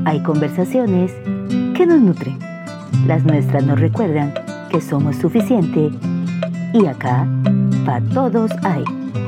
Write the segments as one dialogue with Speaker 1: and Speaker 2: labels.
Speaker 1: Hay conversaciones que nos nutren. Las nuestras nos recuerdan que somos suficiente y acá para todos hay.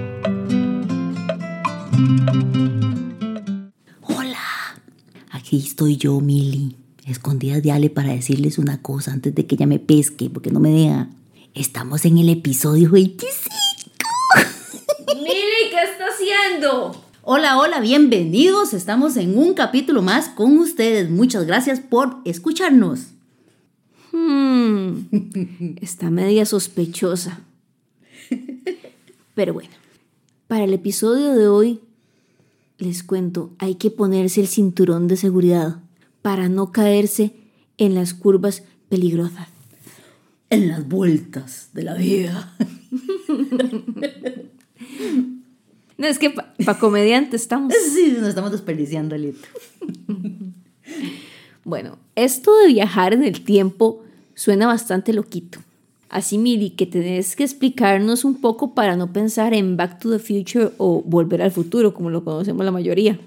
Speaker 2: Hola, aquí estoy yo, Mili, escondida de Ale para decirles una cosa antes de que ella me pesque, porque no me deja. Estamos en el episodio 25.
Speaker 3: Mili, ¿qué está haciendo?
Speaker 2: Hola, bienvenidos. Estamos en un capítulo más con ustedes. Muchas gracias por escucharnos.
Speaker 3: Está media sospechosa. Pero bueno, para el episodio de hoy, les cuento, hay que ponerse el cinturón de seguridad para no caerse en las curvas peligrosas.
Speaker 2: En las vueltas de la vida.
Speaker 3: No, es que para comediante estamos.
Speaker 2: Sí, nos estamos desperdiciando, Alito.
Speaker 3: Bueno, esto de viajar en el tiempo suena bastante loquito. Así, Mili, que tenés que explicarnos un poco para no pensar en Back to the Future o Volver al Futuro, como lo conocemos la mayoría.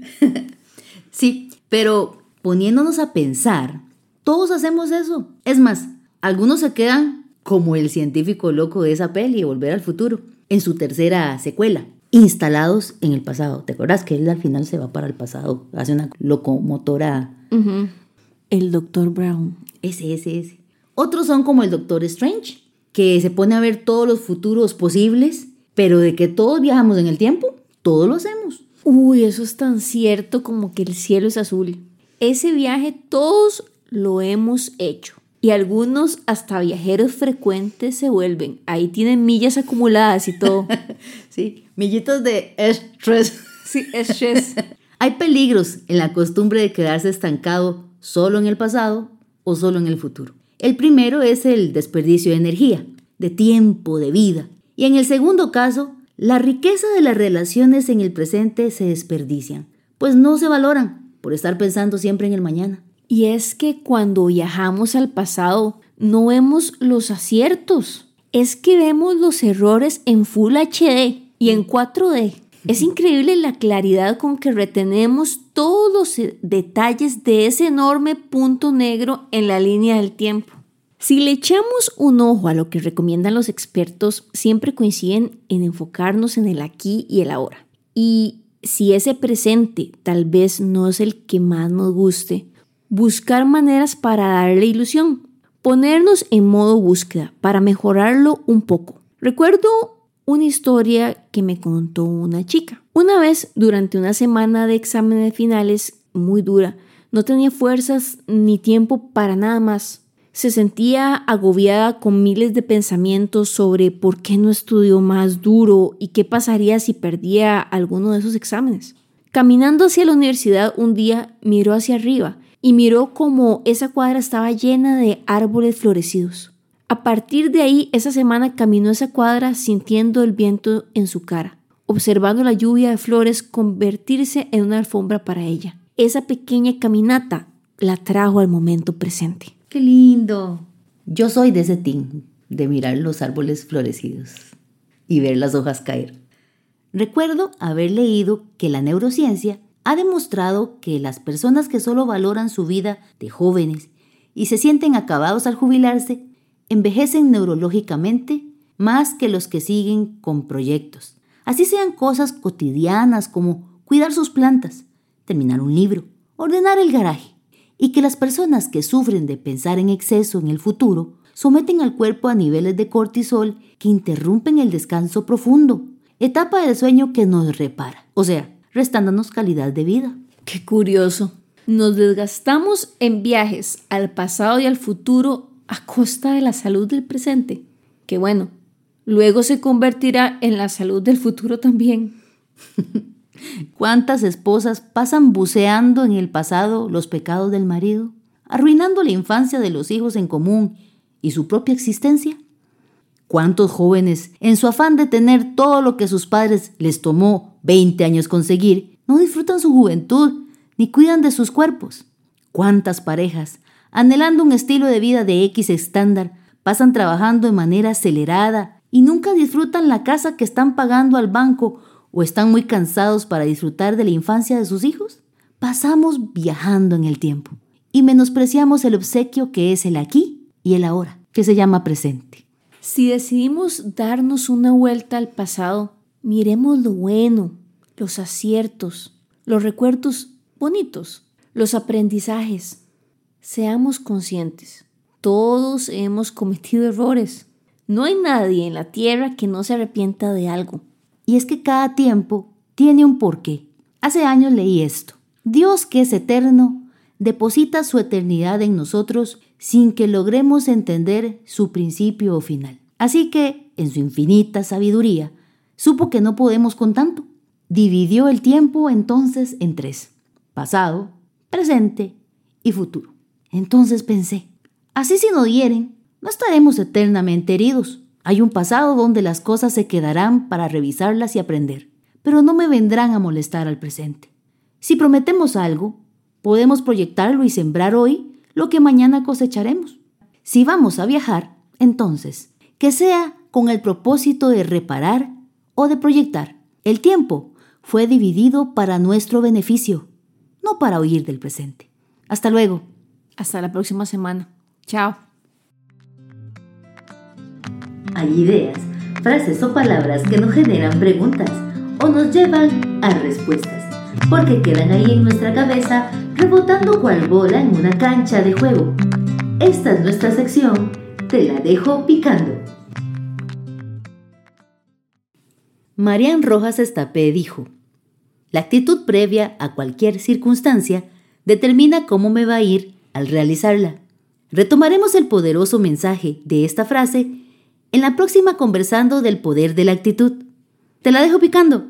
Speaker 2: Sí, pero poniéndonos a pensar, todos hacemos eso. Es más, algunos se quedan como el científico loco de esa peli, Volver al Futuro, en su tercera secuela, instalados en el pasado. ¿Te acuerdas que él al final se va para el pasado? Hace una locomotora.
Speaker 3: Uh-huh. El Dr. Brown.
Speaker 2: Ese. Otros son como el Doctor Strange, que se pone a ver todos los futuros posibles, pero de que todos viajamos en el tiempo, todos lo hacemos.
Speaker 3: Uy, eso es tan cierto como que el cielo es azul. Ese viaje todos lo hemos hecho. Y algunos hasta viajeros frecuentes se vuelven. Ahí tienen millas acumuladas y todo.
Speaker 2: Sí, millitos de estrés.
Speaker 3: Sí, estrés.
Speaker 2: Hay peligros en la costumbre de quedarse estancado solo en el pasado o solo en el futuro. El primero es el desperdicio de energía, de tiempo, de vida. Y en el segundo caso, la riqueza de las relaciones en el presente se desperdician, pues no se valoran por estar pensando siempre en el mañana.
Speaker 3: Y es que cuando viajamos al pasado no vemos los aciertos, es que vemos los errores en Full HD y en 4D. Es increíble la claridad con que retenemos todos los detalles de ese enorme punto negro en la línea del tiempo. Si le echamos un ojo a lo que recomiendan los expertos, siempre coinciden en enfocarnos en el aquí y el ahora. Y si ese presente tal vez no es el que más nos guste, buscar maneras para darle ilusión, ponernos en modo búsqueda para mejorarlo un poco. Recuerdo una historia que me contó una chica. Una vez, durante una semana de exámenes finales muy dura, no tenía fuerzas ni tiempo para nada más. Se sentía agobiada con miles de pensamientos sobre por qué no estudió más duro y qué pasaría si perdía alguno de esos exámenes. Caminando hacia la universidad un día, miró hacia arriba y miró como esa cuadra estaba llena de árboles florecidos. A partir de ahí, esa semana caminó esa cuadra sintiendo el viento en su cara, observando la lluvia de flores convertirse en una alfombra para ella. Esa pequeña caminata la trajo al momento presente.
Speaker 2: ¡Qué lindo! Yo soy de ese team, de mirar los árboles florecidos y ver las hojas caer. Recuerdo haber leído que la neurociencia ha demostrado que las personas que solo valoran su vida de jóvenes y se sienten acabados al jubilarse, envejecen neurológicamente más que los que siguen con proyectos. Así sean cosas cotidianas como cuidar sus plantas, terminar un libro, ordenar el garaje. Y que las personas que sufren de pensar en exceso en el futuro someten al cuerpo a niveles de cortisol que interrumpen el descanso profundo, etapa del sueño que nos repara, o sea, restándonos calidad de vida.
Speaker 3: ¡Qué curioso! Nos desgastamos en viajes al pasado y al futuro a costa de la salud del presente, que bueno, luego se convertirá en la salud del futuro también.
Speaker 2: ¿Cuántas esposas pasan buceando en el pasado los pecados del marido, arruinando la infancia de los hijos en común y su propia existencia? ¿Cuántos jóvenes, en su afán de tener todo lo que sus padres les tomó 20 años conseguir, no disfrutan su juventud ni cuidan de sus cuerpos? ¿Cuántas parejas, anhelando un estilo de vida de X estándar, pasan trabajando de manera acelerada y nunca disfrutan la casa que están pagando al banco o están muy cansados para disfrutar de la infancia de sus hijos? pasamos viajando en el tiempo y menospreciamos el obsequio que es el aquí y el ahora, que se llama presente.
Speaker 3: Si decidimos darnos una vuelta al pasado, miremos lo bueno, los aciertos, los recuerdos bonitos, los aprendizajes. Seamos conscientes. Todos hemos cometido errores. No hay nadie en la tierra que no se arrepienta de algo.
Speaker 2: Y es que cada tiempo tiene un porqué. Hace años leí esto. Dios, que es eterno, deposita su eternidad en nosotros sin que logremos entender su principio o final. Así que, en su infinita sabiduría, supo que no podemos con tanto. Dividió el tiempo entonces en 3: pasado, presente y futuro. Entonces pensé, así si no hieren, no estaremos eternamente heridos. Hay un pasado donde las cosas se quedarán para revisarlas y aprender, pero no me vendrán a molestar al presente. Si prometemos algo, podemos proyectarlo y sembrar hoy lo que mañana cosecharemos. Si vamos a viajar, entonces, que sea con el propósito de reparar o de proyectar. El tiempo fue dividido para nuestro beneficio, no para huir del presente. Hasta luego.
Speaker 3: Hasta la próxima semana. Chao.
Speaker 1: Hay ideas, frases o palabras que nos generan preguntas o nos llevan a respuestas, porque quedan ahí en nuestra cabeza rebotando cual bola en una cancha de juego. Esta es nuestra sección, Te la dejo picando.
Speaker 2: Marian Rojas Estapé dijo: la actitud previa a cualquier circunstancia determina cómo me va a ir al realizarla. Retomaremos el poderoso mensaje de esta frase en la próxima Conversando del Poder de la Actitud. Te la dejo picando.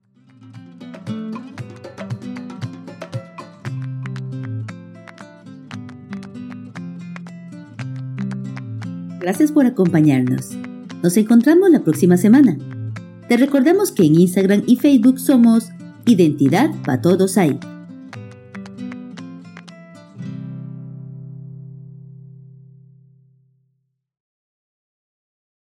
Speaker 2: Gracias por acompañarnos. Nos encontramos la próxima semana. Te recordamos que en Instagram y Facebook somos Identidad Pa' Todos Hay.